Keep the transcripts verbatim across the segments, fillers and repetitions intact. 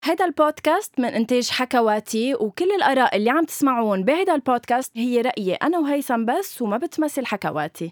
هيدا البودكاست من إنتاج حكواتي، وكل الآراء اللي عم تسمعون بهيدا البودكاست هي رأيي أنا وهيثم بس، وما بتمثل حكواتي.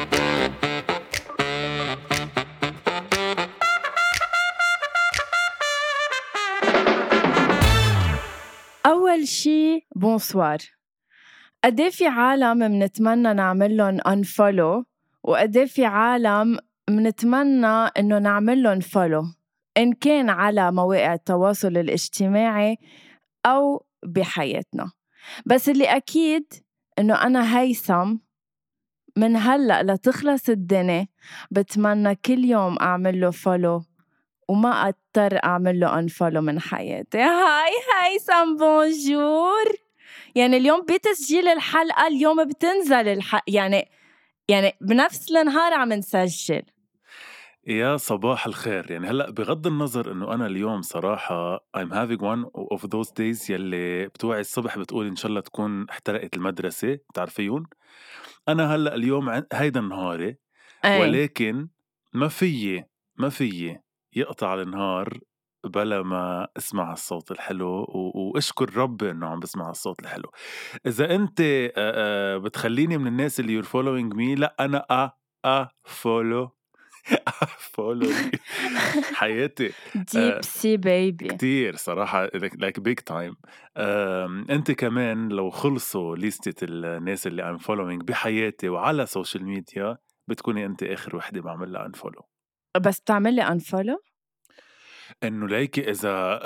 أول شي بونسوار. قديه في عالم منتمنى نعملن unfollow، وقديه في عالم منتمنى إنه نعملن follow، إن كان على مواقع التواصل الاجتماعي أو بحياتنا. بس اللي أكيد إنه أنا هيثم من هلأ لتخلص الدنيا بتمنى كل يوم أعمل له follow وما أضطر أعمل له unfollow من حياتي. هاي هيثم، بونجور. يعني اليوم بتسجيل الحلقة، اليوم بتنزل الحلقة، يعني يعني بنفس النهار عم نسجل. يا صباح الخير. يعني هلأ بغض النظر إنه أنا اليوم صراحة I'm having one of those days يلي بتوعي الصبح بتقول إن شاء الله تكون احترقت المدرسة، تعرفيون. أنا هلأ اليوم عن- هيدا نهاري، أي. ولكن ما فيي ما فيي يقطع النهار بلا ما اسمع الصوت الحلو و- واشكر ربي انه عم بسمع الصوت الحلو. اذا انت آه، آه، بتخليني من الناس اللي you're following me، لا انا ا ا follow follow you. حياتي deep sea baby. كتير صراحة like, like big time. أم، انت كمان لو خلصوا ليستة الناس اللي I'm following بحياتي وعلى سوشيال ميديا بتكوني انت اخر وحدة بعمل لها unfollow. بس بتعملي unfollow؟ انه ليكي اذا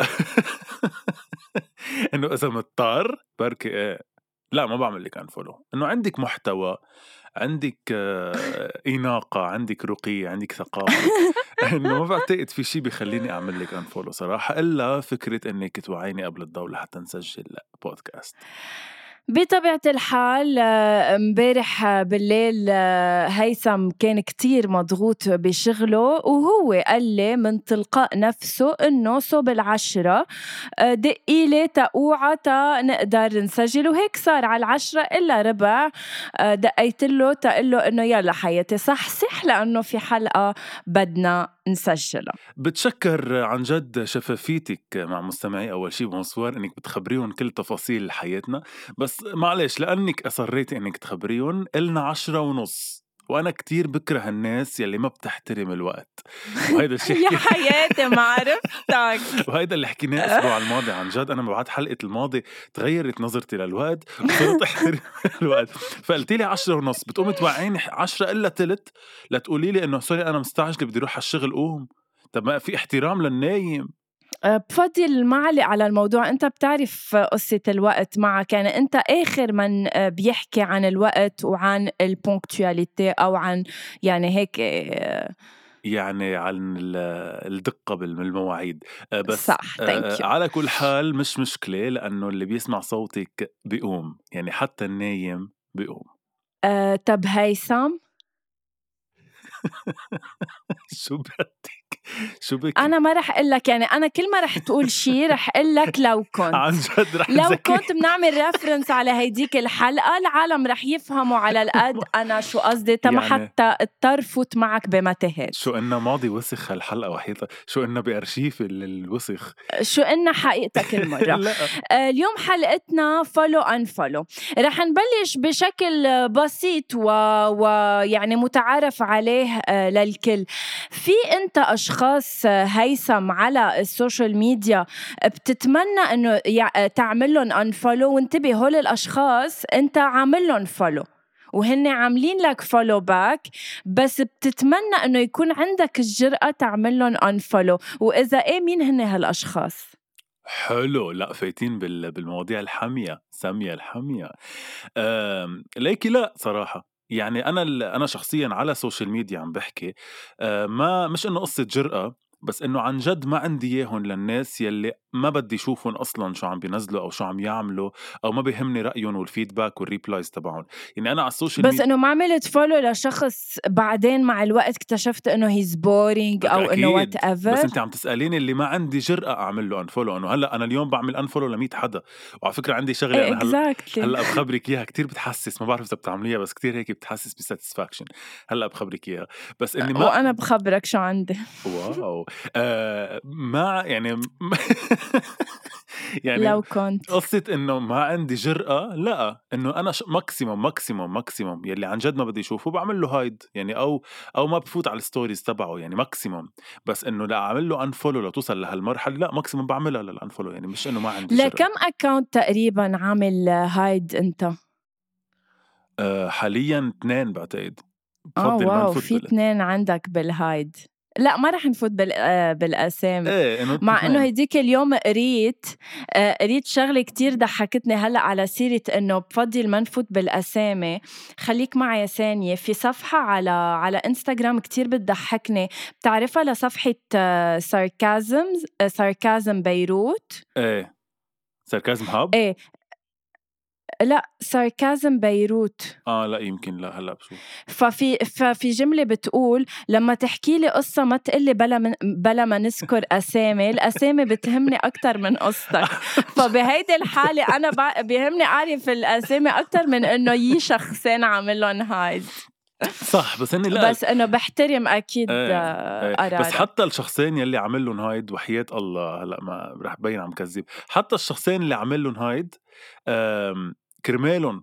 انه اذا مضطر بركي ايه. لا ما بعمل لك unfollow. انه عندك محتوى، عندك آه، إناقة، عندك رقي، عندك ثقافة. إنه ما بعتقد في شيء بيخليني أعمل لك unfollow صراحة، إلا فكرة إنك توعيني قبل الدولة حتى نسجل بودكاست. بطبيعة الحال امبارح بالليل هيثم كان كتير مضغوط بشغله، وهو قال لي من تلقاء نفسه إنه صوب العشرة دقيلة تقوعة تا نقدر نسجل، وهيك صار على العشرة إلا ربع دقيت له تقول له إنه يلا حياتي صح صح لأنه في حلقة بدنا نسجلها. بتشكر عن جد شفافيتك مع مستمعي أول شيء بونسوار، إنك بتخبريهم كل تفاصيل حياتنا. بس معلش لأنك أصريتي إنك تخبريهم، إلنا عشرة ونص، وأنا كتير بكره الناس يلي ما بتحترم الوقت. وهيدا الشيء يا حياتي ما عرفتك. وهيدا اللي حكيناه الأسبوع الماضي. عن جد أنا بعد حلقة الماضي تغيرت نظرتي للوقت وصرت أحترم الوقت. فقلتي لي عشرة ونص، بتقومي توعيني عشرة إلا تلت لتقولي لي إنه سوري أنا مستعجل بدي أروح على الشغل. قوم، طب ما في احترام للنايم. بفضل معلق على الموضوع. أنت بتعرف قصة الوقت معك، يعني أنت آخر من بيحكي عن الوقت وعن البونكتواليتي أو عن يعني هيك يعني عن الدقة بالمواعيد. بس صح. على كل حال مش مشكلة، لأنه اللي بيسمع صوتك بيقوم، يعني حتى النايم بيقوم. أه طب هيثم شو بدك؟ شو بك؟ أنا ما رح أقلك، يعني أنا كل ما رح تقول شي رح أقلك لو كنت عن جد رح لو زكي. كنت بنعمل ريفرنس على هيديك الحلقة العالم رح يفهموا على القد أنا شو قصدي، تما يعني حتى اضطر فوت معك بمتاهات. شو إنه ماضي وسخ هالحلقة وحيطة، شو إنه بأرشيف الوسخ. شو إننا حقيقتك المرة. لا آه، اليوم حلقتنا follow unfollow. رح نبلش بشكل بسيط ويعني و... متعارف عليه آه للكل. في أنت أشخاص آه هيثم على السوشيال ميديا بتتمنى أنه يع... تعملهم unfollow، وانتبه هول الأشخاص أنت عاملهم follow وهن عاملين لك follow back، بس بتتمنى أنه يكون عندك الجرأة تعملهم unfollow، وإذا إيه مين هن هالأشخاص؟ حلو. لا فايتين بالمواضيع الحامية سامية الحامية. ليكي لا صراحة، يعني أنا أنا شخصيا على السوشيال ميديا عم بحكي ما مش إنه قصة جرأة، بس إنه عن جد ما عندي إياهم للناس يلي ما بدي شوفهم أصلاً شو عم بينزلوا أو شو عم يعملوا، أو ما بيهمني رأيهم والفيدباك والريبلايز تبعهم. يعني أنا على السوشيال بس ميديا إنه ما عملت فولو لشخص بعدين مع الوقت اكتشفت إنه he's boring أو إنه أكيد. whatever. بس أنت عم تسأليني اللي ما عندي جرأة أعمل له unfollow. إنه هلأ أنا اليوم بعمل unfollow لمية حدا. وعلى فكرة عندي شغلة إيه أنا هلأ exactly. هلأ بخبرك إياها كتير بتحسس، ما بعرف إذا بتعمليها بس كتير هيك بتحسس بساتسفاكشن. هلأ بخبرك إياها، بس إني ما وأنا بخبرك شو عندي. واو. آه ما يعني يعني لو كنت قصة إنه ما عندي جرأة، لا، إنه أنا ش... ماكسيموم ماكسيموم ماكسيموم يلي عن جد ما بدي أشوفه بعمل له هايد يعني، أو أو ما بفوت على الستوريز تبعه يعني ماكسيموم. بس إنه لا أعمل له أنفولو لو توصل لهالمرحلة، لا ماكسيموم بعملها للأنفولو يعني، مش إنه ما عندي جرأة. لكم أكاونت تقريبا عامل هايد أنت؟ أه حاليا اثنين بعتقد. اه بفضل ما واو، نفوت في بال... اثنين عندك بالهايد. لا ما رح نفوت بال آه، بالاسامي. ايه انه مع انه اثنين. هديك اليوم قريت آه، قريت شغله كتير ضحكتني هلا على سيره انه بفضل ما نفوت بالاسامي. خليك معي ثانيه، في صفحه على على انستغرام كتير بتضحكني، بتعرفها؟ لصفحه ساركازم ساركازم بيروت. ايه ساركازم هاب. ايه لا، ساركازم بيروت. اه لا يمكن، لا هلا بشوف. ففي ففي جملة بتقول لما تحكي لي قصة ما تقلي بلا من بلا ما نذكر أسامي، الأسامي بتهمني أكتر من قصتك. فبهيدي الحالة أنا بع- بيهمني أعرف الأسامي أكتر من إنه يي شخصين عامل لهم هايد. صح، بس هني لا، بس إنه بحترم أكيد ايه ايه بس قرارك. حتى الشخصين يلي عمل لهم هايد، وحياة الله هلا ما رح بين عم كذب، حتى الشخصين اللي عمل لهم هايد آم، كرمالهم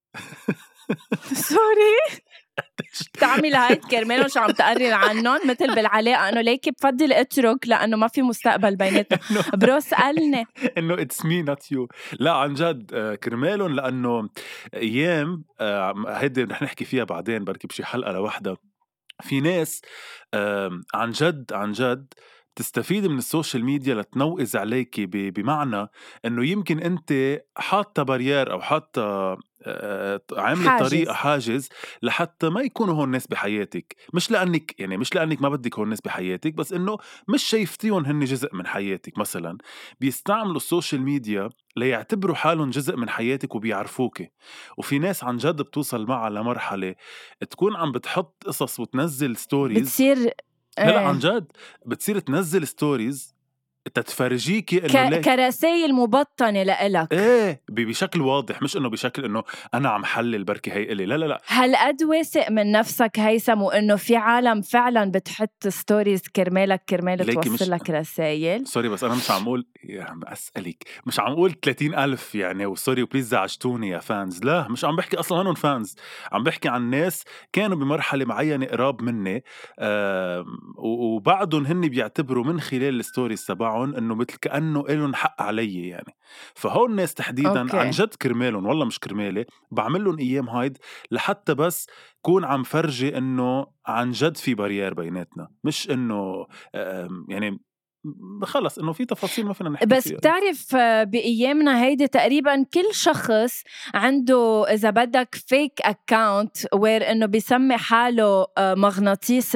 سوري بتعمل هايد كرمال شو عم تقرر عنهم مثل بالعلاقة انه ليكي بفضل اترك لانه ما في مستقبل بيناتنا. برو سألني انه اتس مي نوت يو. لا عن جد آه، كرمالهم، لانه ايام آه، هيدي رح نحكي فيها بعدين بركي بشي حلقة لوحدها. في ناس آم، عن جد عن جد تستفيد من السوشيال ميديا لتنوئز عليكي، ب- بمعنى انه يمكن انت حاطه بارير او حاطه آه، عامله طريقه حاجز. حاجز لحتى ما يكونوا هون ناس بحياتك، مش لانك يعني مش لانك ما بدك هون ناس بحياتك، بس انه مش شايفتيهم هن جزء من حياتك. مثلا بيستعملوا السوشيال ميديا ليعتبروا حالهم جزء من حياتك وبيعرفوك. وفي ناس عن جد بتوصل معها لمرحله تكون عم بتحط قصص وتنزل ستوريز. بتصير لا لا عن ايه جد بتصير تنزل ستوريز تتفرجيكي انه ك... ليه. كرسايل مبطنة لإلك. ايه ب- بشكل واضح، مش انه بشكل انه انا عم حلل بركي هي إلي. لا لا لا هالقد واثق من نفسك هيثم وإنه في عالم فعلا بتحط ستوريز كرمالك كرمال ليكي مش توصل لك رسائل؟ سوري، بس انا مش عم اقول، يا عم اسالك، مش عم اقول ثلاثين ألف يعني، وسوري وبليز زعجتوني يا فانز. لا مش عم بحكي اصلا عنهم فانز، عم بحكي عن ناس كانوا بمرحله معينه قراب مني، آه وبعدهم هن بيعتبروا من خلال الستوريز تبعهم انه مثل كانه إلهم حق علي يعني. فهول الناس تحديدا عن اوكي جد كرمالهم، والله مش كرمالي، بعمل لهم ايام هايد لحتى بس كون عم فرجي انه عن جد في بارير بيناتنا، مش انه آه يعني خلص انه في تفاصيل ما فينا نحكي بس فيها. بتعرف بأيامنا هيدي تقريبا كل شخص عنده إذا بدك فيك أكاونت وير إنه بيسمي حاله مغناطيس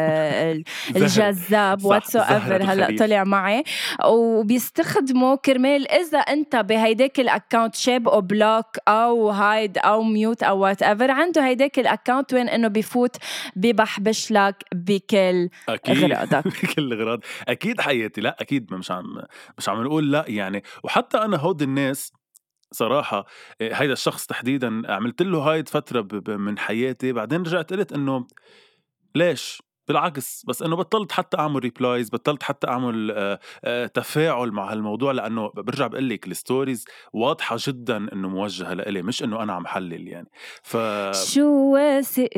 زهر، الجذاب صح، واتسو زهرة ايفر هلا الخريف. طلع معي، وبيستخدموا كرمال إذا أنت بهيداك الأكاونت شاب أو بلوك أو هايد أو ميوت أو وات ايفر، عنده هيداك الأكاونت وين إنه بيفوت ببحبش لك بكل اكيد غراضك. بكل اغراض اكيد حياتي. لا اكيد مش عم مش عم نقول لا يعني. وحتى انا هود الناس صراحة إيه، هيدا الشخص تحديدا عملت له هايد فترة ب- ب- من حياتي، بعدين رجعت قلت انه ليش، بالعكس، بس انه بطلت حتى اعمل ريبلايز، بطلت حتى اعمل آه آه تفاعل مع هالموضوع، لانه برجع بقول لك الستوريز واضحة جدا انه موجهة لإلي، مش انه انا عم حلل يعني. ف شو واثق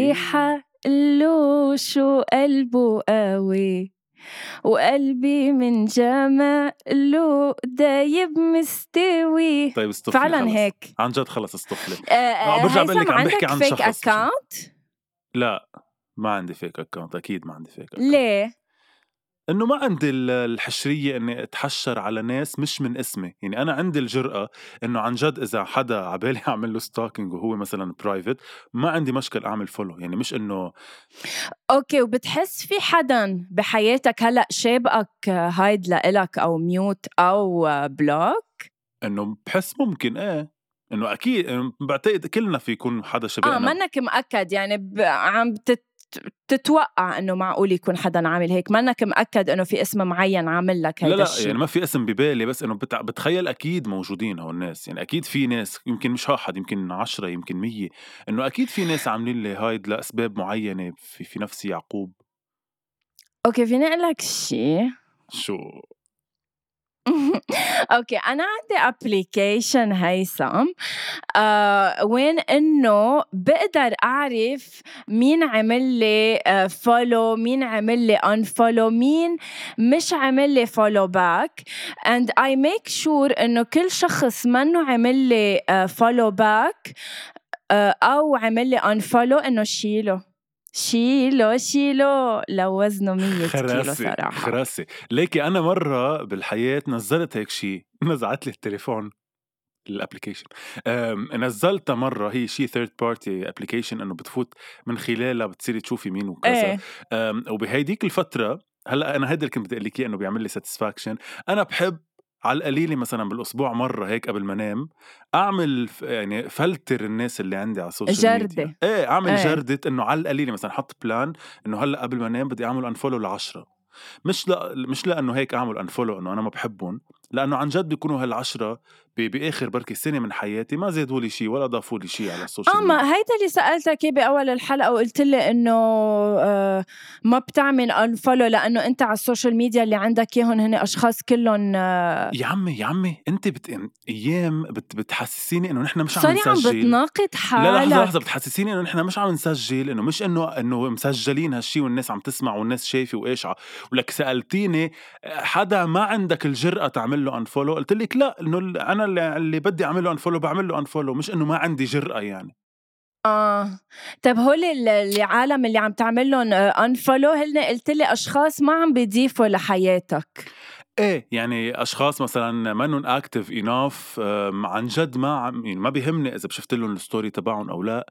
بحقله، شو قلبه قوي، وقلبي من جماله دايب مستوي. طيب استفلي فعلا خلص، هيك. عن جد خلص استفلي. آه، اه آه، برجع بقول لك هيثم عم بحكي عندك عن فيك شخص مش. اكاونت؟ لا ما عندي فيك اكونت، اكيد ما عندي فيك اكونت. ليه؟ انه ما عندي ال- الحشريه اني اتحشر على ناس مش من اسمي يعني. انا عندي الجرأه انه عن جد اذا حدا عبالي اعمل له ستوكينج وهو مثلا برايفت، ما عندي مشكل اعمل فولو يعني، مش انه. اوكي، وبتحس في حدا بحياتك هلا شابقك هايد لإلك او ميوت او بلوك؟ انه بحس ممكن ايه، انه اكيد إنه بعتقد كلنا في يكون حدا اه شبهنا. منك مأكد يعني ب... عم تت... تتوقع انه معقول يكون حدا عامل هيك، منك مأكد انه في اسم معين عامل لك لا هيدا لا يعني الشيء؟ ما في اسم ببالي، بس انه بتع... بتخيل اكيد موجودين هون الناس يعني، اكيد في ناس، يمكن مش واحد، يمكن عشرة، يمكن مية، انه اكيد في ناس عاملين لي هايد لاسباب معينه في في نفسي يعقوب. اوكي فيني اقول لك شيء. شو اوكي انا عندي ابليكيشن هيثم آه وين انه بقدر اعرف مين عمل لي فولو، مين عمل لي انفولو، مين مش عمل لي فولو باك، and I make sure انه كل شخص منه عمل لي فولو باك او عمل لي انفولو انه شيله شيلو شيلو لو وزنه مية كيلو صراحة. خراسي ليكي أنا مرة بالحياة نزلت هيك شي، نزعت لي التليفون الابليكيشن، نزلتها مرة، هي شي ثيرد بارتي ابليكيشن انه بتفوت من خلالها بتصيري تشوفي مين وكذا. ايه. وبهيديك الفترة هلا انا هيدا اللي كنت بدي اقول لك انه بيعمل لي ساتسفاكشن. انا بحب على القليلة مثلا بالأسبوع مرة هيك قبل ما نام أعمل يعني فلتر الناس اللي عندي على السوشيال ميديا. إيه أعمل ايه. جردة إنه على القليلة مثلا حط بلان إنه هلأ قبل ما نام بدي أعمل أنفولو لعشرة، مش لا مش لأنه هيك أعمل أنفولو إنه أنا ما بحبهم، لأنه عن جد بيكونوا هالعشرة بآخر بركي سنة من حياتي ما زادوا لي شيء ولا ضافوا لي شيء على السوشيال ميديا. آه ما هيدا اللي سألتك بأول الحلقة وقلت لي إنه آه ما بتعمل أنفولو لأنه أنت على السوشيال ميديا اللي عندك يهون هن أشخاص كلهم آه يا عمي يا عمي أنت بت... أيام بت... بتحسسيني إنه نحن مش عم صاري نسجل. عم بتناقض حالك. لا لحظة لحظة بتحسسيني إنه نحن مش عم نسجل، إنه مش إنه إنه مسجلين هالشي والناس عم تسمع والناس شايفة وإيش ع... ولك سألتيني حدا ما عندك الجرأة تعمل له أنفولو، قلت لك لا إنه أنا اللي, اللي بدي أعمل له أنفولو بعمل له أنفولو، مش إنه ما عندي جرأة يعني. آه طب هول العالم اللي عم تعمل لهم أنفولو هلنا قلت لي أشخاص ما عم بيضيفوا لحياتك. ايه يعني اشخاص مثلا منن اكتف اناف عن جد ما عم يعني ما بيهمني اذا بشفت لهم الستوري تبعهم او لا.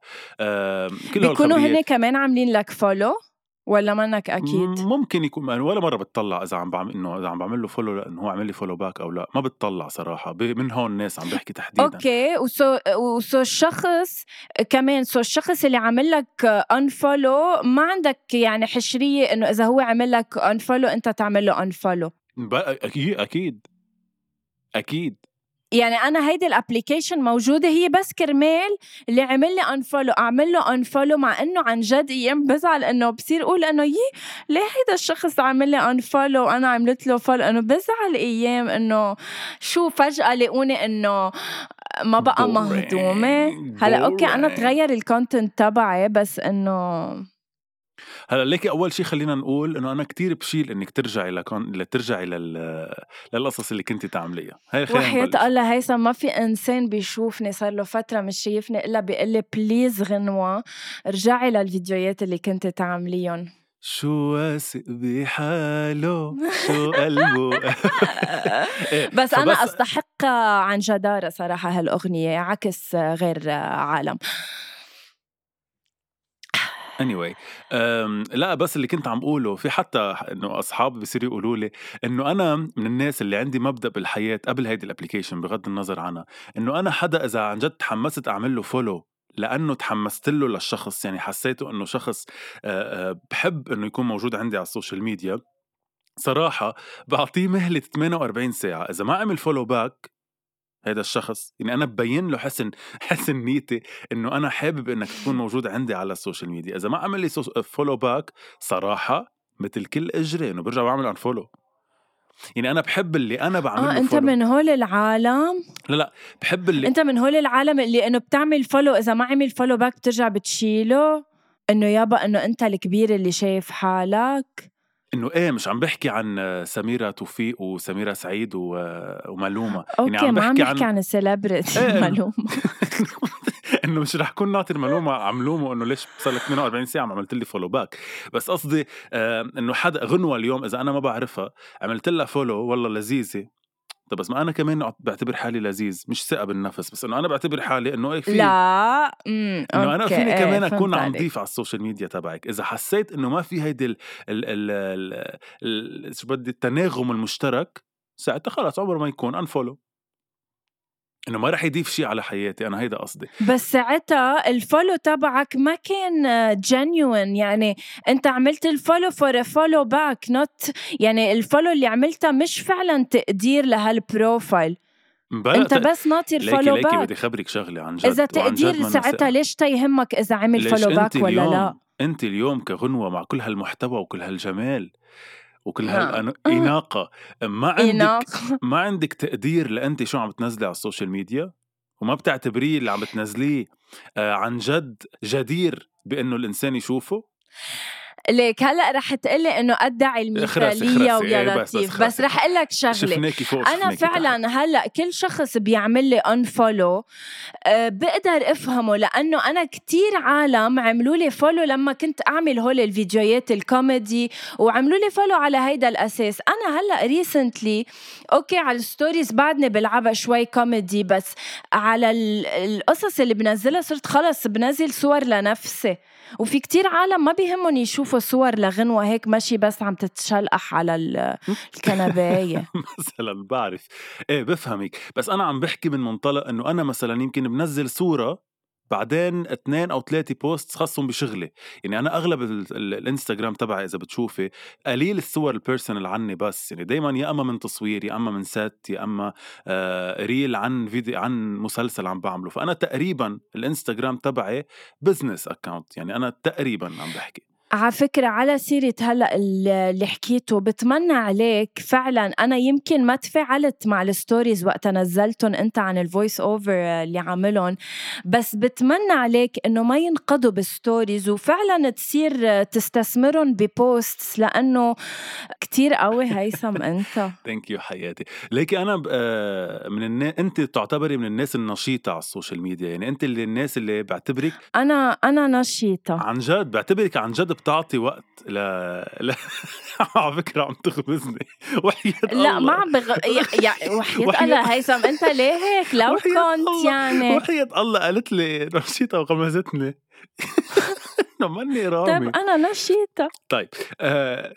بيكونوا هن كمان عاملين لك فولو ولا منك اكيد؟ ممكن يكون ولا مره بتطلع اذا عم بعمل انه اذا عم بعمل له فولو لانه هو عمل لي فولو باك او لا، ما بتطلع صراحه من هون الناس عم بحكي تحديدا. اوكي وسو وسو الشخص كمان سو الشخص اللي عمل لك انفولو ما عندك يعني حشريه انه اذا هو عمل لك انفولو انت تعمل له انفولو؟ اكيد اكيد اكيد يعني أنا هيدي الابليكيشن موجودة هي بس كرمال اللي عمل لي أنفولو أعمل له أنفولو، مع إنه عن جد أيام بزعل إنه بصير أقول إنه يي ليه هيدا الشخص عمل لي أنفولو وأنا عملت له فولو، إنه بزعل أيام إنه شو فجأة لقوني إنه ما بقى مهضومة. هلا أوكي أنا تغير الكونتنت تبعي بس إنه هلا ليكي أول شيء خلينا نقول إنه أنا كتير بشيل إنك ترجعي لكون ترجعي لل للقصص اللي كنتي تعمليها. هاي خلينا وحياة الله هيثم ما في إنسان بيشوفني صار له فترة مش شايفني إلا بيقول لي بليز غنوة رجعي للفيديوهات اللي كنت تعمليهم. شو واثق بحاله شو قلبه. بس أنا أستحق عن جدارة صراحة هالأغنية عكس غير عالم. anyway لا بس اللي كنت عم قوله في حتى انه اصحابي بيصيروا يقولوا لي انه انا من الناس اللي عندي مبدأ بالحياة قبل هيدي الابليكيشن بغض النظر عنها، انه انا حدا اذا عن جد تحمست اعمل له فولو لانه تحمست له للشخص، يعني حسيته انه شخص بحب انه يكون موجود عندي على السوشيال ميديا، صراحة بعطيه مهلة ثمانية وأربعين ساعة. اذا ما عمل فولو باك هذا الشخص يعني أنا ببين له حسن حسن نيتي إنه أنا حابب إنك تكون موجود عندي على السوشيال ميديا. إذا ما عمل لي فولو باك صراحة مثل كل إجري إنه برجع بعمل عن فولو. يعني أنا بحب اللي أنا بعمل آه له أنت فولو. من هول العالم؟ لا لا بحب اللي أنت من هول العالم اللي إنه بتعمل فولو إذا ما عمل فولو باك بترجع بتشيله، إنه يابا إنه أنت الكبير اللي شايف حالك. إنه إيه مش عم بحكي عن سميرة توفيق وسميرة سعيد وملومة. أوكي يعني عم ما بحكي عم بحكي عن, عن السيلبرتي إيه ملومة. إنه مش رح كون ناطر ملومة عملومه إنه ليش صار لك ثمانية وأربعين ساعة ما عملت لي فولو باك. بس قصدي آه إنه حدا غنوة اليوم إذا أنا ما بعرفها عملت لها فولو والله لذيذة، طب بس ما أنا كمان بعتبر حالي لذيذ، مش ثقة بالنفس بس إنه أنا بعتبر حالي إنه إيه في لا إنه أنا فيني كمان ايه أكون عم ضيف على السوشيال ميديا تبعك. إذا حسيت إنه ما في هيدي ال ال ال ال شو بدي التناغم المشترك ساعتها خلاص عمره ما يكون أنفولو، إنه ما رح يضيف شيء على حياتي أنا، هيدا قصدي. بس ساعتها الفولو تبعك ما كان genuine، يعني أنت عملت الفولو for a follow back not يعني الفولو اللي عملتها مش فعلا تقدير لهالبروفايل، أنت بس ناطر فولو باك. بدي خبرك شغلة عن جد، إذا تقدير ساعتها ليش تيهمك إذا عمل فولو باك ولا لا؟ أنت اليوم كغنوة مع كل هالمحتوى وكل هالجمال وكل نعم. هالإناقة ما عندك إناقة. ما عندك تقدير لأنت شو عم بتنزلي على السوشيال ميديا، وما بتعتبريه اللي عم بتنزليه آه عن جد جدير بأنه الإنسان يشوفه. ليك هلأ رح تقلي إنه أدعي المثالية ويا إيه لطيف، بس, بس رح أقول لك شغلة. شفناكي فوق أنا شفناكي فعلا تحت. هلأ كل شخص بيعمل لي unfollow أه بقدر أفهمه، لأنه أنا كتير عالم عملوا لي فولو لما كنت أعمل هول الفيديوهات الكوميدي وعملوا لي فولو على هيدا الأساس. أنا هلأ ريسنتلي أوكي على الستوريز بعدني بلعبها شوي كوميدي، بس على القصص اللي بنزلها صرت خلص بنزل صور لنفسي، وفي كتير عالم ما بيهمهم يشوفوا صور لغنوة هيك ماشي بس عم تتشلقح على الكنباية. مثلا بعرف ايه بفهمك، بس انا عم بحكي من منطلق انه انا مثلا يمكن بنزل صورة بعدين اثنين او ثلاثة بوست خاصهم بشغلي. يعني انا اغلب الانستغرام تبعي اذا بتشوفي قليل الصور البيرسونال عني، بس يعني دايما يا اما من تصوير يا اما من سات يا اما آه ريل عن فيديو عن مسلسل عم بعمله. فانا تقريبا الانستغرام تبعي بزنس اكاونت، يعني انا تقريبا عم بحكي. على فكرة على سيرة هلأ اللي حكيته بتمنى عليك فعلا، أنا يمكن ما تفاعلت مع الستوريز وقت نزلتهم أنت عن الفويس أوفر اللي عاملهم، بس بتمنى عليك إنه ما ينقضوا بالستوريز وفعلا تصير تستثمرهم ببوستس، لأنه كتير قوي هيثم أنت. ثانك يو حياتي. ليكي أنا من الناس، أنت تعتبري من الناس النشيطة على السوشيال ميديا، يعني أنت اللي الناس اللي بعتبرك أنا أنا نشيطة عن جد، بعتبرك عن جد بتعطي وقت ل لا على فكرة عم تخبزني وحياة الله. لا ما عم بغ... يا وحياة الله هيثم أنت ليه هيك؟ لو كنت يعني وحياة الله قالت لي نشيطة وغمزتني. إنه ماني رامي. طيب أنا نشيطة. طيب آه...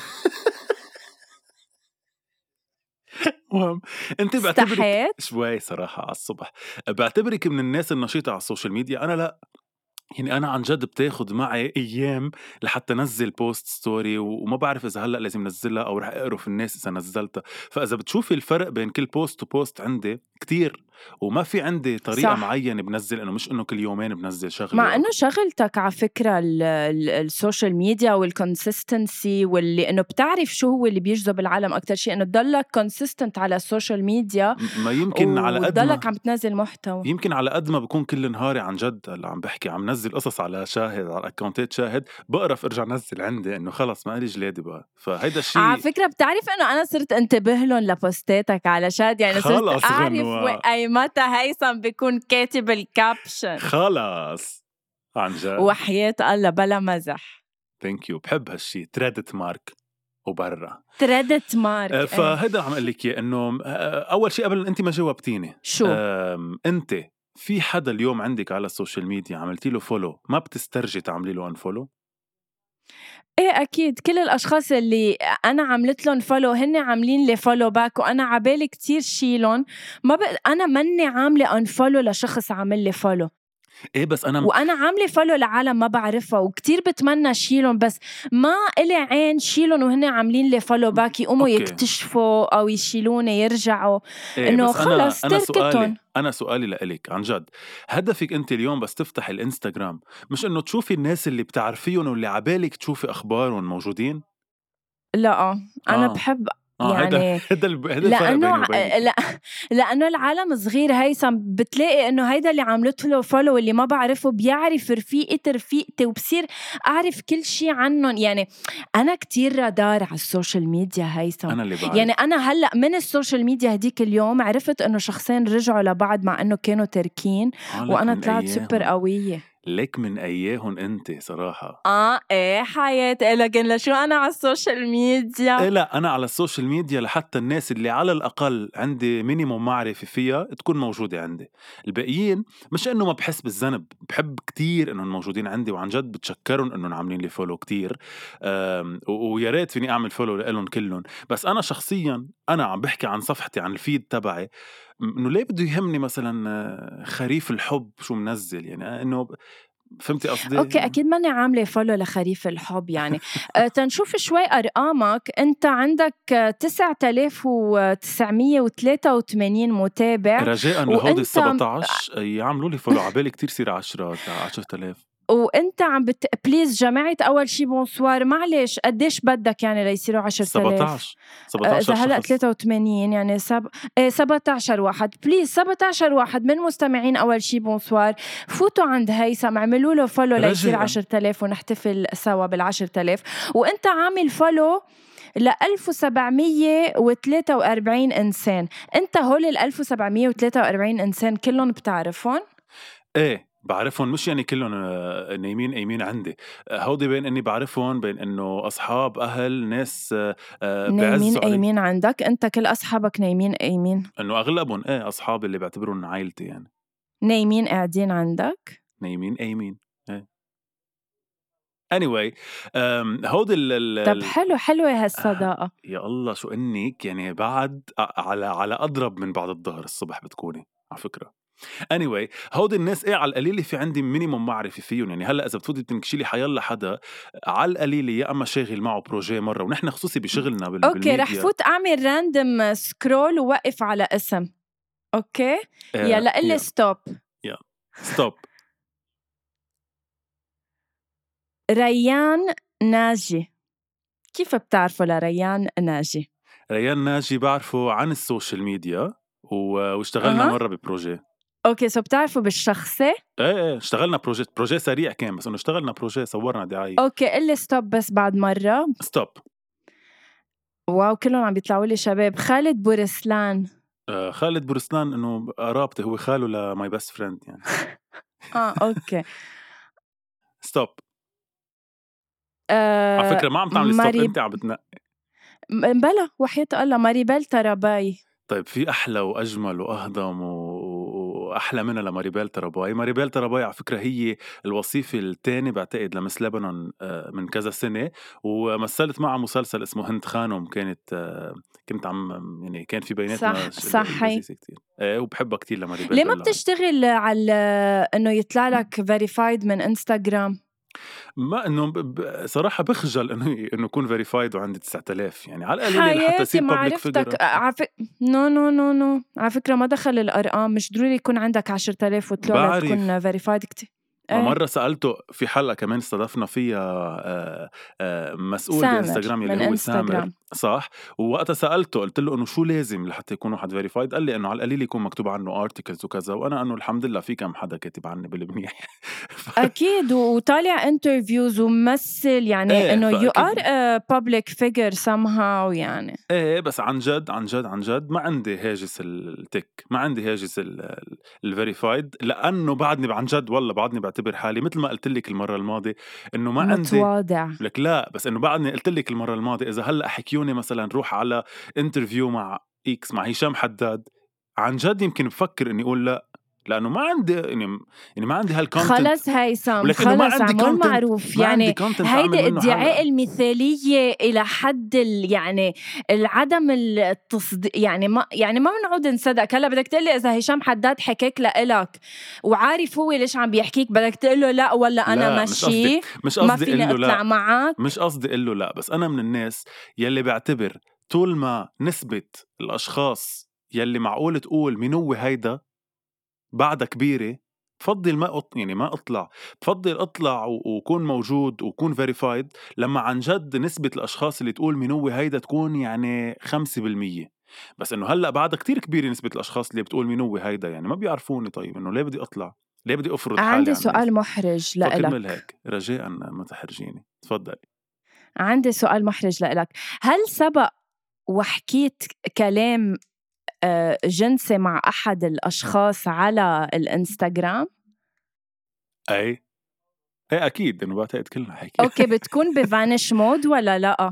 مهم انت بعتبرك شوي صراحة على الصبح بعتبرك من الناس النشيطة على السوشيال ميديا. أنا لا، يعني أنا عن جد بتاخد معي أيام لحتى نزل بوست ستوري، وما بعرف إذا هلأ لازم نزلها أو رح أقرف الناس إذا نزلتها. فإذا بتشوفي الفرق بين كل بوست وبوست عندي كتير، وما في عندي طريقة صح. معينة بنزل، إنه مش إنه كل يومين بنزل شغلة، مع إنه شغلتك على فكرة السوشيال ميديا والكونسيستنسي واللي إنه بتعرف شو هو اللي بيجذب العالم أكتر شيء، إنه تضلك كونسيستنت على السوشيال ميديا. ما يمكن على قد ما تضلك عم تنزل محتوى، يمكن على قد ما بكون كل نهاري عن جد اللي عم بحكي عم نزل قصص على شاهد على اكونتات شاهد، بقرف ارجع نزل عندي انه خلص ما لي جلادي بقى. فهيدا الشيء على فكره بتعرف انه انا صرت انتبه لهم لبوستاتك على شاد، يعني صرت اعرف اي متى هيثم بيكون كاتب الكابشن. خلص عن جد وحياة الله بلا مزح. ثانك يو، بحب هالشيء تريدت مارك وبرا تريدت مارك. أه فهذا عم اقول لك انه اول شيء قبل انت ما جاوبتيني شو انت في حدا اليوم عندك على السوشيال ميديا عملتي له فولو ما بتسترجي تعملي له انفولو؟ ايه اكيد، كل الاشخاص اللي انا عملت لهم فولو هن عاملين لي فولو باك، وانا عبالي كتير شيلون ما ب... انا مني عامله انفولو لشخص عامل لي فولو. ايه بس انا وانا عامله فولو لعالم ما بعرفها وكتير بتمنى شيلون، بس ما إلي عين شيلون وهن عاملين لي فولو باك يقوموا يكتشفوا او يشيلوني يرجعوا. إيه انه خلص أنا, أنا سؤالي انا سؤالي لإلك عن جد، هدفك انت اليوم بس تفتح الانستغرام مش انه تشوفي الناس اللي بتعرفيهم واللي عبالك تشوفي اخبارهم موجودين؟ لا انا آه. بحب آه يعني هذا لأنه لا لأنه العالم صغير هيثم، بتلاقي إنه هيدا اللي عملته له فولو اللي ما بعرفه بيعرف رفيقتي رفيقتي وبصير أعرف كل شيء عنهم. يعني أنا كتير رادار على السوشيال ميديا هيثم، أنا اللي بعرف. يعني أنا هلأ من السوشيال ميديا هديك اليوم عرفت إنه شخصين رجعوا لبعض مع إنه كانوا تركين، وأنا طلعت سوبر قوية. لك من أيهن أنت صراحة. آه إيه حياتي، لكن لشو أنا على السوشيال ميديا؟ إيه لا أنا على السوشيال ميديا لحتى الناس اللي على الأقل عندي مينيموم معرفة فيها تكون موجودة عندي. الباقيين مش إنه ما بحس بالذنب، بحب كتير إنهم موجودين عندي، وعن جد بتشكرهم إنهم عاملين لي فولو كتير، ويا ريت فيني أعمل فولو لهم كلهم. بس أنا شخصيا أنا عم بحكي عن صفحتي عن الفيد تبعي، إنه ليه بده يهمني مثلا خريف الحب شو منزل، يعني إنه فهمتي قصدي؟ اوكي اكيد ماني عامله فولو لخريف الحب يعني. تنشوف شوي ارقامك، انت عندك تسعة آلاف وتسعمية وثلاثة وثمانين متابع رجاء لهودي السبعتعش يعملوا لي فولو عبالي كتير صير عشرة عشرة آلاف. وانت عم بت بليز جماعة اول شي بونسوار معلش قديش بدك يعني ليصيروا عشرة آلاف؟ سبعتاشر سبعتاشر إذا هلأ شخص. ثلاثة وثمانين يعني سب... إيه سبعتاشر واحد بليز سبعتاشر واحد من مستمعين أول شي بونسوار فوتوا عند هيثم اعملوا له فولو ليصير عشرة آلاف ونحتفل سوا بالعشرة آلاف. وانت عامل فولو ل ألف وسبعمية وثلاثة وأربعين إنسان. انت هول ال ألف وسبعمية وثلاثة وأربعين إنسان كلهم بتعرفهم؟ ايه بعرفهم، مش يعني كلهم نايمين قايمين عندي، هودي بين اني بعرفهم بين انه اصحاب اهل ناس نايمين قايمين عندك. انت كل اصحابك نايمين قايمين؟ انه اغلبهم ايه اصحابي اللي بعتبرهم عائلتي يعني نايمين قاعدين عندك نايمين قايمين ايه. anyway هودي ال طب حلو حلوة هالصداقة. آه يا الله شو انك يعني بعد على على اضرب من بعد الظهر الصبح بتكوني على فكرة. anyway هودي الناس ايه على القليلة في عندي مينيموم معرفة فيهم يعني. هلا اذا بتفوتي بتنكشيلي حيالله حدا على القليلة يا اما شاغل معه بروجي مرة، ونحن خصوصي بشغلنا بال اوكي رح فوت اعمل راندم سكرول ووقف على اسم. اوكي آه يلا قلي ستوب. يا ستوب. ريان ناجي، كيف بتعرفوا لريان ناجي؟ ريان ناجي بعرفه عن السوشيال ميديا واشتغلنا أه. مرة ببروجي. اوكي سو بتعرفوا بالشخصي؟ ايه ايه اشتغلنا بروجي بروجي سريع كان، بس انه اشتغلنا بروجي صورنا دعاية. اوكي قلي ستوب بس بعد مرة. ستوب. واو كلهم عم بيطلعوا لي شباب. خالد بورسلان. آه خالد بورسلان انه قرابتي، هو خاله لماي بيست فريند يعني. اه اوكي ستوب. آه على فكرة ما عم تعملي ستوب، انت عم بتنقي. بلا وحياة الله ماريبيل تراباي. طيب في أحلى وأجمل وأهضم وأحلى منها لماريبيل تراباي. ماريبيل تراباي على فكرة هي الوصيفة الثانية بعتقد لمس لبنان من كذا سنة، ومثلت معها مسلسل اسمه هند خانم. كانت كنت عم يعني كان في بيناتنا صح صحي كتير. ايه وبحبها كتير لماريبيل. ليه ما بتشتغل على انه يطلع لك فيريفايد من انستغرام؟ ما انه صراحه بخجل انه انه يكون فيريفايد وعندي تسعة آلاف يعني على القليل حتى تصير بابليك فيجر. عفك... نو نو نو نو على فكره ما دخل الارقام، مش ضروري يكون عندك عشرة آلاف وطلع تكون فيريفايد كتير. ما مرة سألته في حلقة كمان استضفنا فيها آآ آآ مسؤول بإنستغرام اللي هو سامر صح، ووقتها سألته قلت له إنه شو لازم لحتى يكون واحد فيريفايد، قال لي إنه على القليل يكون مكتوب عنه articles وكذا، وأنا إنه الحمد لله في كم حدا كاتب عني بالمنيح. ف... أكيد وطالع انترفيوز وممثل يعني إيه إنه you are a public figure somehow يعني. إيه بس عن جد عن جد عن جد ما عندي هاجس التك، ما عندي هاجس الفيريفايد، لأنه بعدني عن جد والله بعدني بعتبر حالي مثل ما قلت لك المرة الماضية إنه ما عندي متواضع لك لا، بس إنه بعدني قلت لك المرة الماضية إذا هلأ حكيوني مثلا روح على انترفيو مع إكس مع هشام حداد، عن جد يمكن بفكر إني أقول لا، لأنه ما عندي يعني يعني ما عندي هالكونتنت. خلاص هيثم خلص عمول معروف يعني هيدي ادعاء المثالية إلى حد ال يعني العدم التصديق يعني ما يعني ما بنعود نصدق. هلا بدك تقلي إذا هشام حداد حكيك لإلك وعارف هو ليش عم بيحكيك بدك تقله لا ولا أنا لا ماشي مش ما فيني أطلع لا. معك. مش قصدي قله لا، بس أنا من الناس يلي بعتبر طول ما نسبة الأشخاص يلي معقول تقول منو هيدا بعدها كبيرة بفضل ما أط... يعني ما أطلع، بفضل أطلع و... وكون موجود وكون verified لما عن جد نسبة الأشخاص اللي تقول منو هيدا تكون يعني خمسة بالمية. بس إنه هلأ بعدها كتير كبيرة نسبة الأشخاص اللي بتقول منو هيدا يعني ما بيعرفوني. طيب إنه ليه بدي أطلع؟ ليه بدي أفرض حالي؟ عندي سؤال محرج لإلك. فكمل هيك رجاءً ما تحرجيني. تفضل. عندي سؤال محرج لإلك. هل سبق وحكيت كلام جنسي مع أحد الأشخاص على الإنستغرام؟ أي أي أكيد إنه بعتقد كلنا حكي. أوكي بتكون بفانش مود ولا لأ؟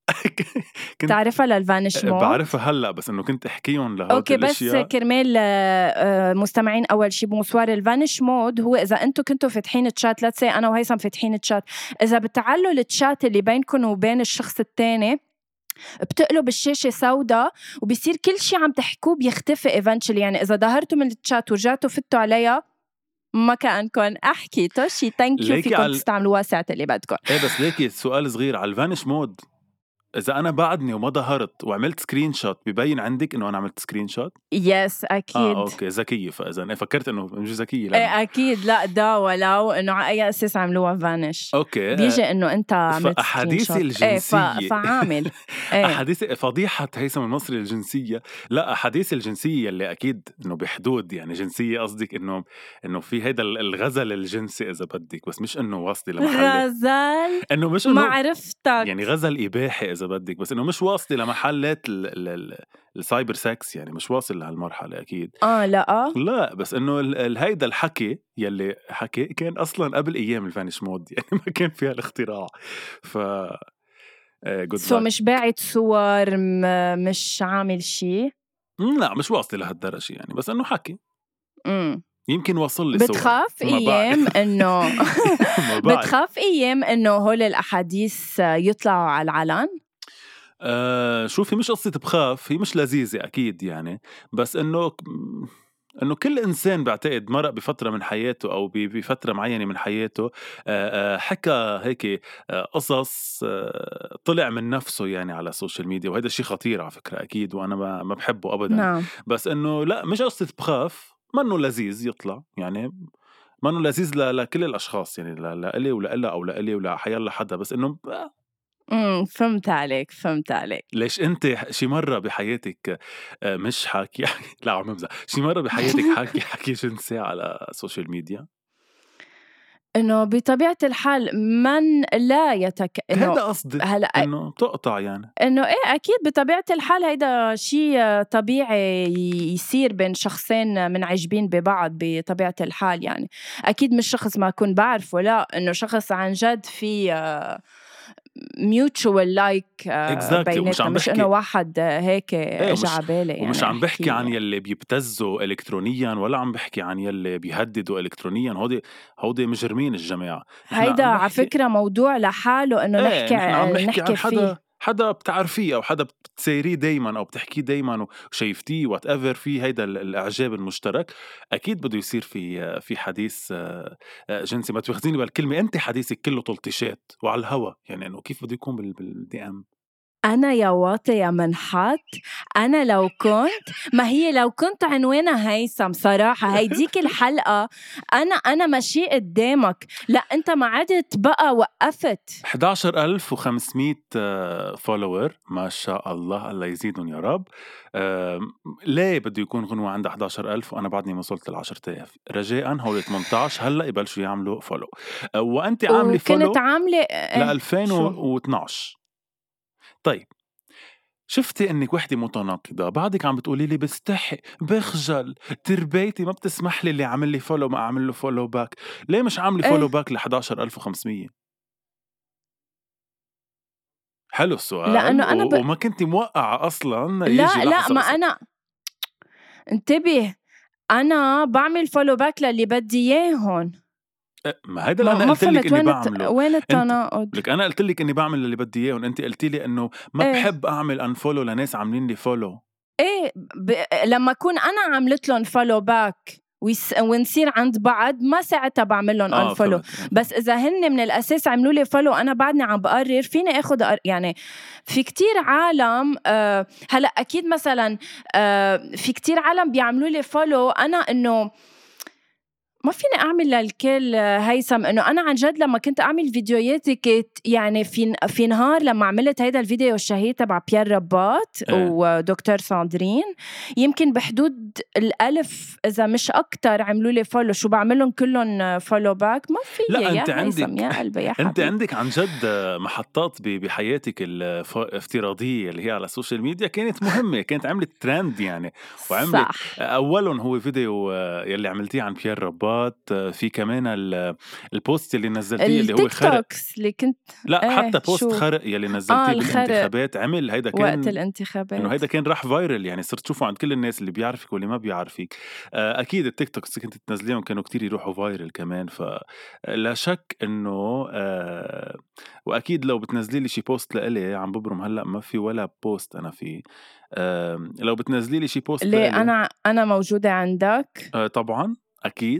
كنت تعرفها للفانش مود؟ بعرفها هلأ بس إنه كنت أحكيهم لهود أوكي الأشياء. بس كرمال مستمعين أول شي بمسوار الفانش مود هو إذا أنتوا كنتوا فاتحين تشات لا تسي أنا وهيثم فاتحين تشات، إذا بتعلوا التشات اللي بينكم وبين الشخص التاني بتقلب الشاشة سوداء وبيصير كل شي عم تحكوه بيختفي eventually. يعني إذا ظهرتوا من التشات ورجعتوا فتوا عليها ما كأنكم أحكيتوا شي. thank you فيكم على... تستعملوا واسعة اللي بدكم. إيه بس ليكي سؤال صغير على الفانش مود إذا أنا بعدني وما ظهرت وعملت سكرين شوت ببين عندك إنه أنا عملت سكرين شوت؟ يس أكيد. آه أوكي ذكية. فإذا أنا فكرت إنه مش ذكية. إيه أكيد لا دا ولو إنه على أي أساس عملوها فانش. أوكي بيجي إنه أنت عملت فأحاديث سكرين شوت. إيه ف... الجنسية فعامل إيه. أحاديث فضيحة هيثم المصري الجنسية. لا أحاديث الجنسية اللي أكيد إنه بحدود يعني جنسية قصدك إنه إنه في هيدا الغزل الجنسي إذا بدك بس مش إنه واصل لمحل غزل إنه مش ما إنه عرفتك يعني غزل إباحي إذا بدك بس إنه مش واصل لمحلات ال ال ال السايبر سكس يعني مش واصل لهالمرحلة أكيد. آه لا لا بس إنه ال- ال- هيدا الحكي يلي حكي كان أصلا قبل أيام الفانيش مود يعني ما كان فيها الاختراع. ف سو so مش باعت صور م- مش عامل شيء. لا مش واصل لهالدرجة يعني بس إنه حكي امم يمكن وصل لي صور. بتخاف ايام انه بتخاف ايام انه هول الاحاديث يطلعوا على العلن؟ آه شوفي مش قصة بخاف هي مش لذيذة أكيد يعني بس إنه إنه كل إنسان بعتقد مرق بفترة من حياته أو بفترة معينة من حياته آه حكى هيك آه قصص آه طلع من نفسه يعني على السوشيال ميديا وهذا شيء خطير على فكرة أكيد وأنا ما ما بحبه أبدا. نعم. بس إنه لا مش قصة بخاف منه لذيذ يطلع يعني منه لذيذ لكل الأشخاص يعني لإلي ولإلا أو لإلي ولا حيالله حدا بس إنه امم فهمت عليك فهمت عليك. ليش انت شي مره بحياتك مش حاكي لا عم بمزح شي مره بحياتك حاكي حكي جنسي على السوشيال ميديا؟ انه بطبيعه الحال من لا يتك انه هذا قصدي هلا انه بتقطع يعني انه ايه اكيد بطبيعه الحال هيدا شيء طبيعي يصير بين شخصين منعجبين ببعض بطبيعه الحال يعني اكيد مش شخص ما اكون بعرفه لا انه شخص عن جد في mutual like بيناتنا مش انه واحد هيك اجى على بالي يعني. ومش عم بحكي عن يلي بيبتزوا الكترونيا ولا عم بحكي عن يلي بيهددوا الكترونيا هودي هودي مجرمين الجماعه. هيدا على فكره موضوع لحاله انه ايه نحكي عم نحكي, نحكي عن حدا فيه. حدا بتعرفيه او حدا بتسيريه دايما او بتحكيه دايما وشايفتيه وات ايفر في هيدا الاعجاب المشترك اكيد بده يصير في في حديث جنسي. ما تاخذيني بالكلمه انت حديثك كله تلطيشات وعلى الهوا يعني انه كيف بده يكون بالدي ام. أنا يا واطي يا منحط أنا لو كنت ما هي لو كنت عنوانها هيثم صراحة هيديك الحلقة أنا أنا ماشي قدامك لا أنت ما عدت بقى وقفت. إحدى عشر ألف وخمسمية فولوور ما شاء الله الله يزيدهم يا رب. ليه بده يكون غنوة عند إحدى عشر ألف وأنا بعدني ما وصلت للعشرة آلاف؟ رجاءً هول ثمانية عشر هلأ يبلشوا يعملوا فولو وأنت عاملة فولو كنت عاملة ل ألفين واثناشر. طيب شفتي انك وحدة متناقضة بعدك عم بتقولي لي بستحي بخجل تربيتي ما بتسمح لي اللي عامل لي فولو ما اعمل له فولو باك. ليه مش عاملي فولو باك ل إحدى عشر ألف وخمسمية؟ حلو السؤال. لأنه أنا ب... وما كنتي موقعة أصلا لا لا ما أنا انتبه أنا بعمل فولو باك للي بدي إياهن. ما هيدا اللي انا قلت لك اني بعمله. وين التناقض؟ لك انا قلت لك اني بعمل اللي بدي اياه وانت قلتي لي انه ما إيه؟ بحب اعمل انفولو لناس عاملين لي فولو. ايه ب... لما اكون انا عملت لهم فولو باك ويس... ونصير عند بعض ما ساعتها بعمل لهم آه انفولو. بس اذا هن من الاساس عملوا لي فولو انا بعدني عم بقرر فيني اخذ أر... يعني في كتير عالم آه هلا اكيد مثلا آه في كتير عالم بيعملوا لي فولو انا انه ما فيني أعمل للكل هيثم إنه أنا عن جد لما كنت أعمل فيديوهاتي كنت يعني في في نهار لما عملت هيدا الفيديو الشهير تبع بيير رباط اه. ودكتور ساندرين يمكن بحدود الألف إذا مش أكتر عملوا لي فولو. شو بعملهم كلهم فولو باك؟ ما في. لا يا أنت عندك يا قلبي يا حبيبي أنت عندك عن جد محطات بحياتك الافتراضية اللي هي على السوشيال ميديا كانت مهمة كانت عملت ترند يعني وعملت أولهم هو فيديو يلي عملتيه عن بيير رباط في كمان البوست اللي نزلتيه اللي هو خرق اللي كنت لا ايه حتى بوست شو. خرق يلي نزلتيه آه بالانتخابات عمل هيدا كان وقت الانتخابات انه هيدا كان راح فايرل يعني صرت تشوفه عند كل الناس اللي بيعرفك واللي ما بيعرفك. آه اكيد التيك توكس كنت تنزليهم كانوا كتير يروحوا فايرل كمان فلا شك انه آه واكيد لو بتنزلي لي شي بوست لإلي عم ببرم هلا ما في ولا بوست انا فيه آه لو بتنزلي لي شي بوست ليه انا انا موجوده عندك آه طبعا اكيد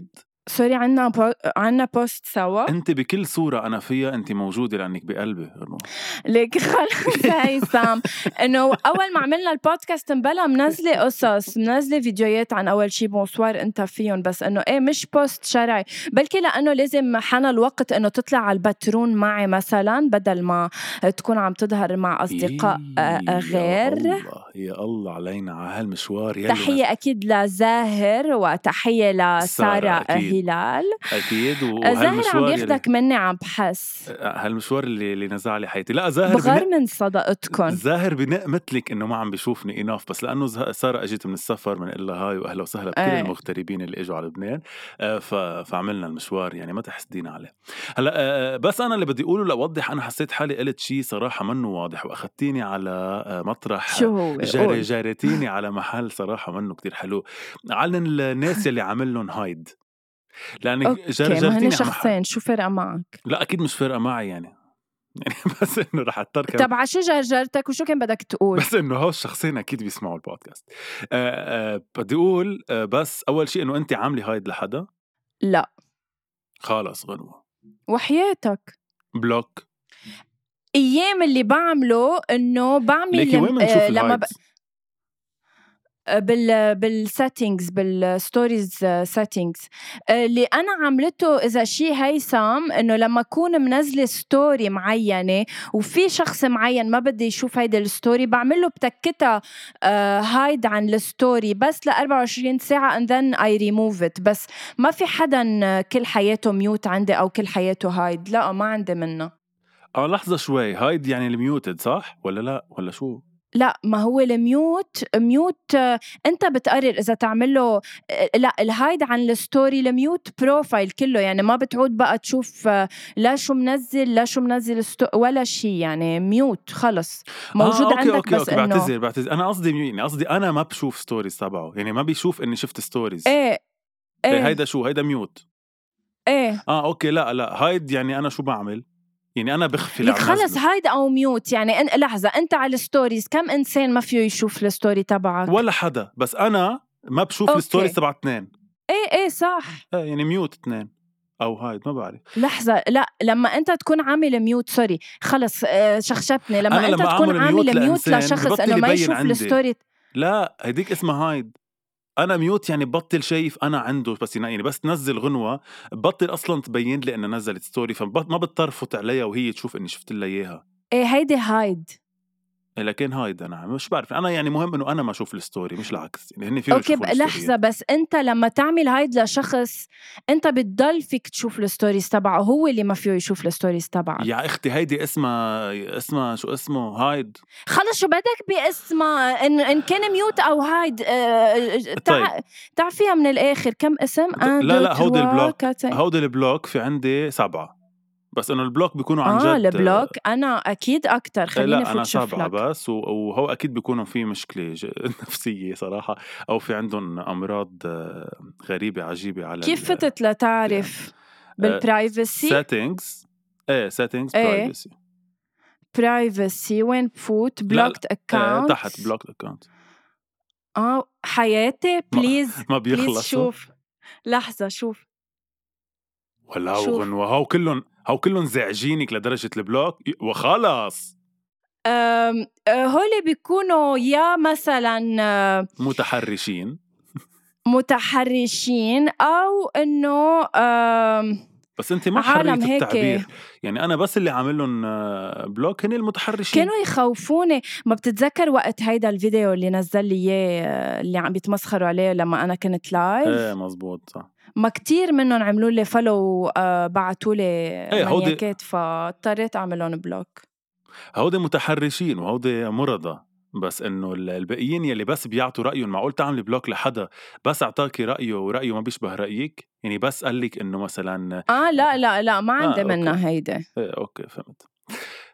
سوري عنا بو... عنا بوست سوا. انت بكل صورة انا فيها انت موجودة لانك بقلبي غنوة. ليك خلص هيثم انه اول ما عملنا البودكاست مبلا منزله قصص منزله فيديوهات عن اول شي بونسوار انت فيهم، بس انه ايه مش بوست شرعي، بلكي لانه لازم حان الوقت انه تطلع على البترون معي مثلا بدل ما تكون عم تظهر مع اصدقاء غير. يا الله يا الله علينا على هالمشوار. يلي تحية نز... اكيد لزاهر وتحية لسارة أكيد. هلال. اكيد. زاهر عم ياخدك يلي... مني عم بحس هالمشوار اللي اللي نزع لي حياتي. لا زاهر بغار بنق... من صداقتكم. زاهر بنق مثلك انه ما عم بيشوفني اناف، بس لانه سارة اجت من السفر من إلا هاي واهلا وسهلا بكل أي. المغتربين اللي اجوا على لبنان، ف... فعملنا المشوار يعني ما تحسدينا عليه. هلا بس انا اللي بدي اقوله لاوضح، انا حسيت حالي قلت شيء صراحه منه واضح واخذتيني على مطرح شو هو؟ جاري جارتيني على محل صراحه منه كتير حلو عن الناس اللي عامل لهم هايد، لانك جرجرتيني على شخصين. شو فرق معك؟ لا اكيد مش فرقه معي يعني يعني بس انه رح اضطر كم... تبع شو جرجرتك وشو كان بدك تقول؟ بس انه هول الشخصين اكيد بيسمعوا البودكاست. أه أه بدي اقول أه بس اول شيء انه انت عاملي هايد لحدا؟ لا خالص غنوة وحياتك بلوك. ايام اللي بعمله انه بعمل ليكي وين بنشوف آه لما ب... الهايدز؟ بال بالسيتنجز بالستوريز سيتنجز اللي انا عملته اذا شيء هيثم انه لما اكون منزله ستوري معينه وفي شخص معين ما بدي يشوف هيدا الستوري بعمل له بتكتها هايد عن الستوري بس ل أربعة وعشرين ساعه and then I remove it. بس ما في حدا كل حياته ميوت عندي او كل حياته هايد، لا ما عندي منه. اه لحظه شوي، هايد يعني الميوتد صح ولا لا ولا شو؟ لا ما هو الميوت ميوت انت بتقرر اذا تعمله. لا الهايد عن الستوري الميوت بروفايل كله، يعني ما بتعود بقى تشوف لا شو منزل لا شو منزل ولا شيء، يعني ميوت خلص موجود آه، أوكي عندك. أوكي بس أوكي انه بعتذر بعتذر انا قصدي يعني قصدي انا ما بشوف ستوريز تبعه، يعني ما بيشوف اني شفت ستوريز. ايه ايه, إيه هيدا شو هيدا ميوت. ايه اه اوكي لا لا هايد يعني انا شو بعمل يعني انا بخفي لك خلص هايد او ميوت. يعني إن لحظه انت على الستوريز كم انسان ما فيه يشوف الستوري تبعك؟ ولا حدا، بس انا ما بشوف الستوريز تبع اثنين. ايه ايه صح. ايه يعني ميوت اثنين او هايد ما بعرف. لحظه لا لما انت تكون عامل ميوت سوري خلص آه شخشبني لما انت لما تكون عامل ميوت لشخص انه ما يشوف الستوري. لا هيديك اسمها هايد. انا ميوت يعني بطل شايف انا عنده، بس يعني بس تنزل غنوة بطل اصلا تبين لي انه نزلت ستوري، فما بضطر فوت عليها وهي تشوف اني شفت لها اياها. ايه هيدي هايد. لكن هايد انا مش بعرف، انا يعني مهم انه انا ما اشوف الستوري مش العكس، يعني هن فيهم اوكي لحظه بس انت لما تعمل هايد لشخص انت بتضل فيك تشوف الستوريز تبعه، هو اللي ما فيه يشوف الستوريز تبعك. يا اختي هيدي اسمها اسمها شو اسمه هايد. خلص شو بدك باسمها ان ان كان ميوت او هايد. اه طيب. تع... تعرفيها من الاخر كم اسم؟ لا لا هودي البلوك هودي البلوك في عندي سبعة، بس انه البلوك بيكونوا عن جد. اه البلوك انا اكيد اكتر. خليني فوت شوف لك. بس وهو اكيد بيكونوا في مشكله نفسيه صراحه، او في عندهم امراض غريبه عجيبه على كيف فتت لتعرف بالبرايفسي سيتنجز. ايه سيتنجز برايفسي برايفسي وين بفوت بلوكت اكاونت تحت بلوكت اكاونت. اه حياتي بليز ما بيخلص. شوف لحظه شوف ولا هو غنوة هاو كلهم هاو كلهم زعجينك لدرجة البلوك وخلاص. أم هولي بيكونوا يا مثلا متحرشين متحرشين أو إنه بس أنت ما حريت التعبير. يعني أنا بس اللي عاملهم بلوك هن المتحرشين. كانوا يخوفوني. ما بتتذكر وقت هيدا الفيديو اللي نزل لي إياه اللي عم بيتمسخروا عليه لما أنا كنت لايف؟ إيه مزبوط صح. ما كتير منهم عملوا لي فولو وبعتوا لي ايه مانياكات فاضطريت أعملهم بلوك. هودي متحرشين وهودي مرضى، بس انه الباقيين يلي بس بيعطوا رايهم. معقول تعمل بلوك لحدا بس اعطاكي رايه ورايه ما بيشبه رايك؟ يعني بس قال لك انه مثلا اه لا لا لا ما عندي آه منها هيدا. ايه اوكي فهمت. طيب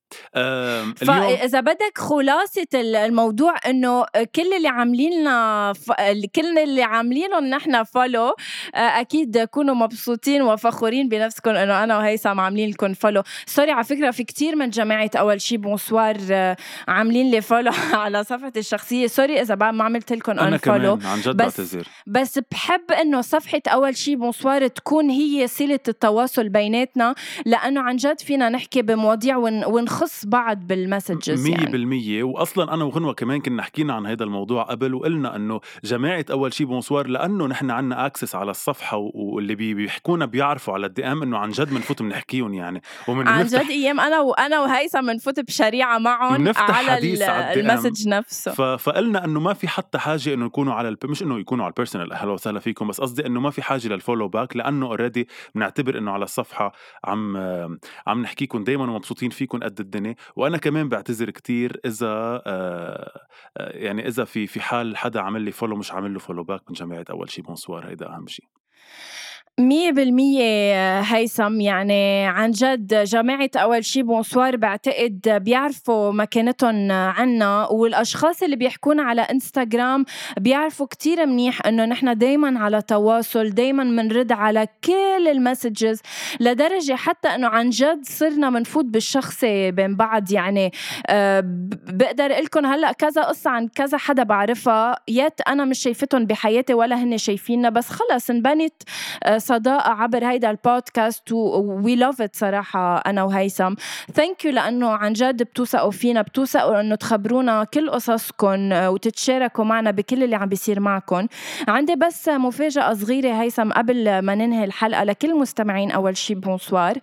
آم، اليوم فإذا بدك خلاصة ال- الموضوع إنه كل اللي عاملين لنا ف... كل اللي عاملينهم نحن فولو أكيد كونوا مبسوطين وفخورين بنفسكم إنه أنا وهيثم عاملين لكم فولو. سوري على فكرة في كتير من جماعة أول شي بونسوار آه، عاملين لي فولو على صفحتي الشخصية. سوري إذا بعد ما عملت لكم أنا أن فولو، كمان عن جد بس بعتذر. بس بحب إنه صفحة أول شي بونسوار تكون هي صلة التواصل بيناتنا، لأنه عن جد فينا نحكي بمواضيع ون... ونخص بعض بالمسجز مية يعني. بالمية. وأصلا أنا وغنوة كمان كنا حكينا عن هذا الموضوع قبل، وقلنا أنه جماعة أول شي بونسوار لأنه نحن عنا أكسس على الصفحة و- واللي بي- بيحكونا بيعرفوا على الدي ام أنه عن جد منفوت منحكيهم يعني، ومن عن نفتح جد ايام انا وانا وهيثم بنفوت بشريعه معهم بنفتح على ال- حديث على الدي ام. المسج نفسه. ف... فقلنا انه ما في حتى حاجه انه يكونوا على الب... مش انه يكونوا على البيرسونال اهلا وسهلا فيكم، بس قصدي انه ما في حاجه للفولو باك، لانه اوريدي بنعتبر انه على الصفحه عم عم نحكيكم دايما ومبسوطين فيكم قد الدنيا. وانا كمان بعتذر كتير اذا آه... آه، يعني اذا في في حال حدا عمل لي فولو مش عامل له فولو باك من جماعه اول شي بونسوار، هيدا اهم شيء. مية بالمية هيثم، يعني عن جد جماعة أول شي بونسوار بعتقد بيعرفوا مكانتهم عنا، والأشخاص اللي بيحكونا على إنستغرام بيعرفوا كتير منيح إنه نحن دايما على تواصل، دايما منرد على كل المسجز، لدرجة حتى إنه عن جد صرنا منفوت بالشخصي بين بعض. يعني أه بقدر لكم هلأ كذا قصة عن كذا حدا بعرفها، يات أنا مش شايفتهم بحياتي ولا هن شايفيننا، بس خلص انبنت أه صداقة عبر هيدا البودكاست وي لاف ات صراحة أنا وهيثم. ثانك يو لأنه عن جد بتوثقوا فينا، بتوثقوا إنه تخبرونا كل قصصكم وتتشاركوا معنا بكل اللي عم بيصير معكم. عندي بس مفاجأة صغيرة هيثم قبل ما ننهي الحلقة لكل مستمعين أول شي بونسوار.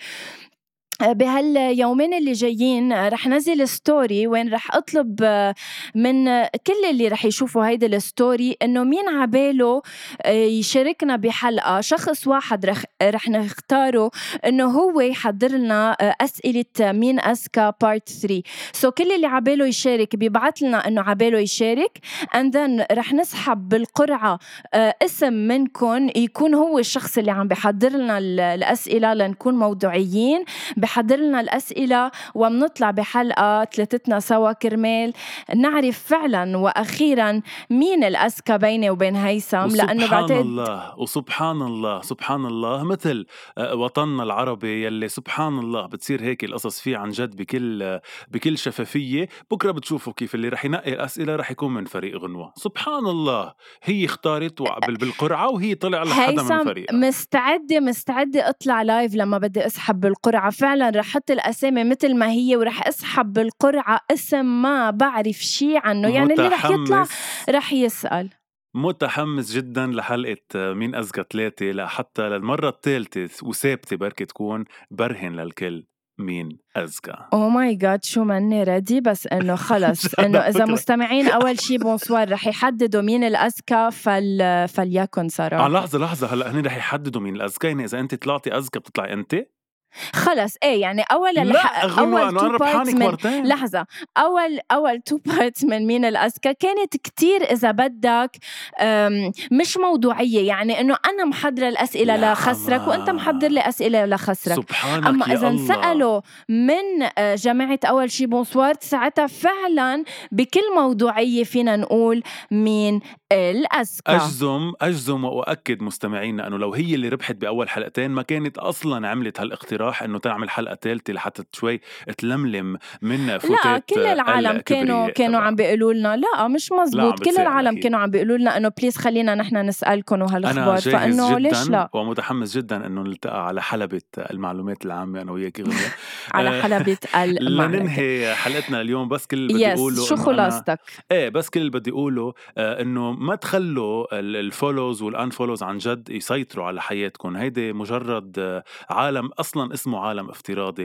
بهاليومين اللي جايين رح نزل ستوري وين رح أطلب من كل اللي رح يشوفوا هيدا الستوري إنه مين عباله يشاركنا بحلقة، شخص واحد رح, رح نختاره إنه هو يحضر لنا أسئلة مين أذكى بارت ثري. سو so كل اللي عباله يشارك بيبعت لنا إنه عباله يشارك and then رح نسحب بالقرعة اسم منكم يكون هو الشخص اللي عم بيحضر لنا الأسئلة لنكون موضوعيين، بحضر لنا الأسئلة ومنطلع بحلقة ثلاثتنا سوا كرمال نعرف فعلا وأخيرا مين الأذكى بيني وبين هيثم. لأنه سبحان بعتقد الله وسبحان الله سبحان الله مثل وطننا العربي يلي سبحان الله بتصير هيك القصص فيه عن جد بكل بكل شفافية. بكرة بتشوفوا كيف اللي رح ينقي الأسئلة رح يكون من فريق غنوة. سبحان الله، هي اختارت بالقرعة وهي طلع لحدا من فريقها. مستعدة مستعدة أطلع لايف لما بدي أسحب بالقرعة، فعلا رح أحط الأسامي مثل ما هي ورح أسحب بالقرعة اسم ما بعرف شي عنه، يعني اللي رح يطلع رح يسأل. متحمس جدا لحلقة مين أذكى ثلاثة، لحتى للمرة الثالثة وثابتة بركة تكون برهن للكل مين أذكى. أوه ماي جاد شو مني ردي، بس إنه خلص إنه إذا مستمعين أول شي بونسوار رح يحددوا مين الأذكى فل فليكن صراحة. آه لحظة لحظة هلا هني رح يحددوا مين الأذكى، يعني إذا أنت طلعتي أذكى بتطلعي أنت خلص ايه. يعني اول لا الح... اول تو بارتس من مرتين. لحظه اول اول تو بارتس من مين الأذكى كانت كتير اذا بدك مش موضوعيه، يعني انه انا محضره الاسئله لخسرك وانت محضر لي اسئله لخسرك. سبحانك اما يا اذا الله. انسالوا من جماعه اول شي بونسوار ساعتها فعلا بكل موضوعيه فينا نقول مين الأذكى. أجزم أجزم وأؤكد مستمعينا أنه لو هي اللي ربحت بأول حلقتين ما كانت أصلاً عملت هالاقتراح أنه تعمل حلقة ثالثة لحتى شوي تلملم من فوتات. لا كل العالم كانوا كانوا عم بيقولوا لنا لا مش مزبوط، كل العالم أكيد. كانوا عم بيقولوا لنا إنه بليز خلينا نحن نسألكم وهالأخبار، فإنه ليش لا. ومتحمس جدا إنه نلتقى على حلبة المعلومات العامة أنا وياك غنية على حلبة المعلومات. لننهي حلقتنا اليوم بس كل اللي بدي أقوله شو خلاصتك؟ إيه بس كل اللي بدي أقوله آه إنه ما تخلوا الفولوز والانفولوز عن جد يسيطروا على حياتكم. هيدي مجرد عالم أصلا اسمه عالم افتراضي.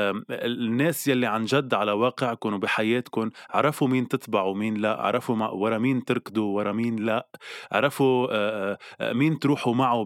الناس يلي عن جد على واقعكم وبحياتكم عرفوا مين تتبعوا ومين لا، عرفوا ورا مين تركضوا ورا مين لا، عرفوا مين تروحوا معه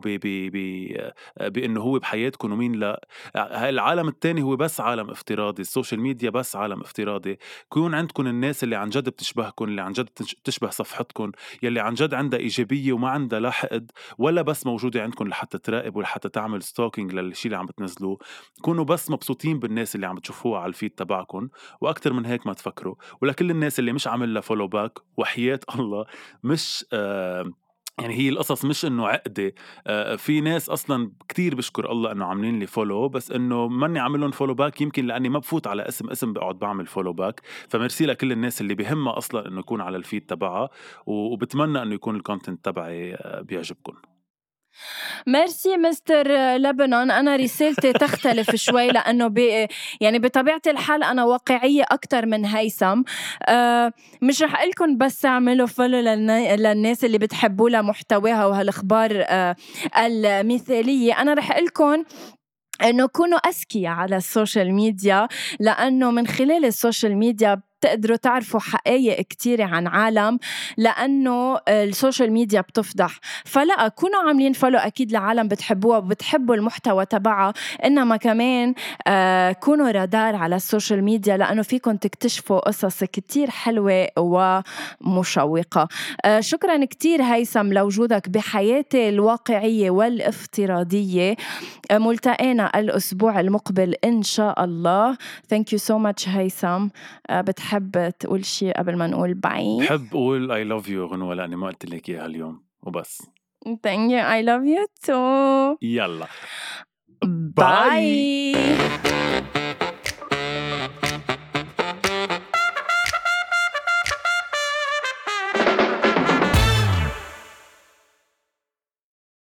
بأنه هو بحياتكم ومين لا. العالم التاني هو بس عالم افتراضي، السوشيال ميديا بس عالم افتراضي. كون عندكم الناس اللي عن جد بتشبهكم، اللي عن جد تشبه صفحتكم، يلي عن جد عندها إيجابية وما عندها لا حقد ولا بس موجودة عندكم لحتى تراقب ولحتى تعمل ستوكينج للشي اللي عم بتنزلوه. كونوا بس مبسوطين بالناس اللي عم تشوفوها على الفيد تبعكم، وأكتر من هيك ما تفكروا. ولكل الناس اللي مش عامل لها فولو باك، وحياة الله مش آه يعني هي القصص مش انه عقدة. آه في ناس اصلا كتير بشكر الله انه عاملين لي فولو، بس انه ماني عامل لهم فولو باك يمكن لاني ما بفوت على اسم اسم بقعد بعمل فولو باك. فميرسي لكل الناس اللي بهمها اصلا انه يكون على الفيد تبعها، وبتمنى انه يكون الكونتنت تبعي آه بيعجبكم. ميرسي مستر لبنان. أنا رسالتي تختلف شوي لأنه ب... يعني بطبيعة الحال أنا واقعية أكتر من هيثم. أه مش رح أقلكن بس اعملوا فولو للنا... للناس اللي بتحبوا لها محتواها وهالأخبار أه المثالية. أنا رح أقلكن إنه كونوا أذكياء على السوشيال ميديا، لأنه من خلال السوشيال ميديا بتقدروا تعرفوا حقائق كتيرة عن عالم، لأنه السوشيال ميديا بتفضح. فلا كونوا عاملين فولو أكيد لعالم بتحبوها وبتحبوا المحتوى تبعها، إنما كمان آه كونوا رادار على السوشيال ميديا، لأنه فيكن تكتشفوا قصص كتير حلوة ومشوقة. آه شكرا كتير هيثم لوجودك بحياتي الواقعية والافتراضية. آه ملتقينا الأسبوع المقبل إن شاء الله. Thank you so much هيثم. آه بتحب تقول شيء قبل ما نقول باي؟ بحب أقول I love you غنوة لأني ما قلت لك إياها اليوم وبس. Thank you. I love you too. يلا باي.